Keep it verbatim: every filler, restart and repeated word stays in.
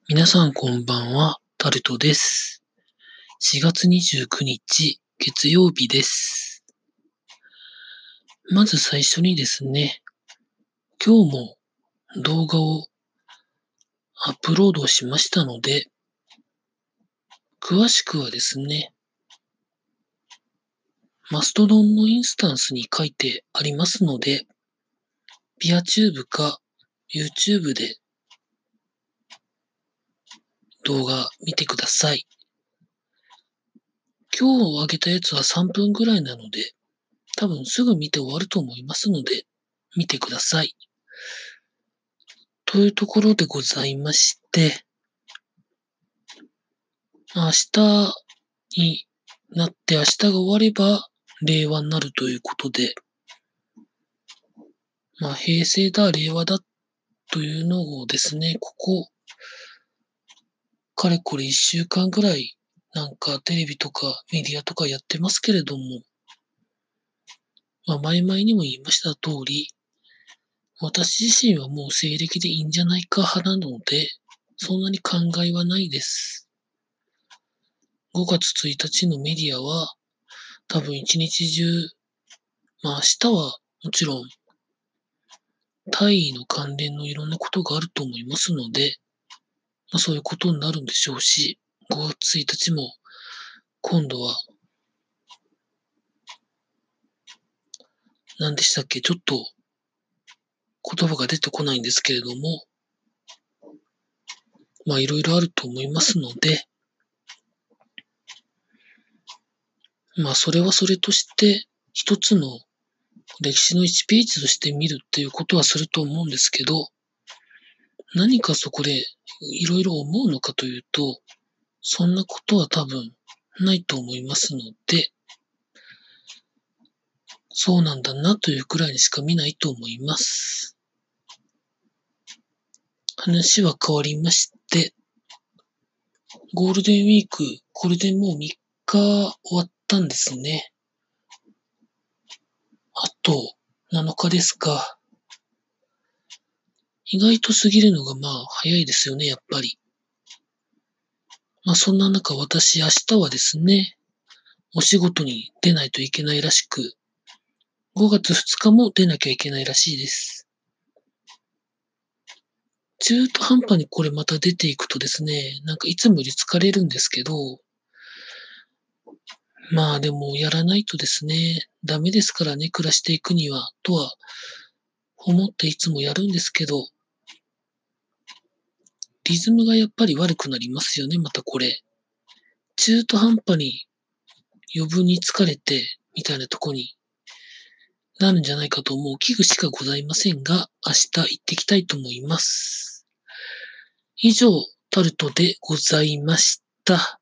皆さんこんばんは、タルトです。しがつにじゅうくにち、月曜日です。まず最初にですね、今日も動画をアップロードしましたので、詳しくはですね、マストドンのインスタンスに書いてありますので、ピアチューブか YouTube で動画見てください。今日上げたやつはさんぷんぐらいなので、多分すぐ見て終わると思いますので、見てください。というところでございまして、明日になって明日が終われば令和になるということで、まあ平成だ、令和だというのをですね、ここ、かれこれいっしゅうかんぐらいなんかテレビとかメディアとかやってますけれども、まあ前々にも言いました通り、私自身はもう西暦でいいんじゃないか派なので、そんなに考えはないです。ごがつついたちのメディアは多分一日中、まあ明日はもちろん大位の関連のいろんなことがあると思いますので、まあそういうことになるんでしょうし、ごがつついたちも今度は何でしたっけ、ちょっと言葉が出てこないんですけれども、まあいろいろあると思いますので、まあそれはそれとして一つの歴史のいちページとして見るっていうことはすると思うんですけど、何かそこでいろいろ思うのかというと、そんなことは多分ないと思いますので、そうなんだなというくらいにしか見ないと思います。話は変わりまして、ゴールデンウィーク、これでもうみっか終わったんですね。あとなのかですか。意外と過ぎるのがまあ早いですよね、やっぱり。まあそんな中私明日はですね、お仕事に出ないといけないらしく、ごがつふつかも出なきゃいけないらしいです。中途半端にこれまた出ていくとですね、なんかいつもより疲れるんですけど、まあでもやらないとですね、ダメですからね、暮らしていくには、とは思っていつもやるんですけど、リズムがやっぱり悪くなりますよね、またこれ。中途半端に余分に疲れて、みたいなとこになるんじゃないかと思う危惧しかございませんが、明日行ってきたいと思います。以上、タルトでございました。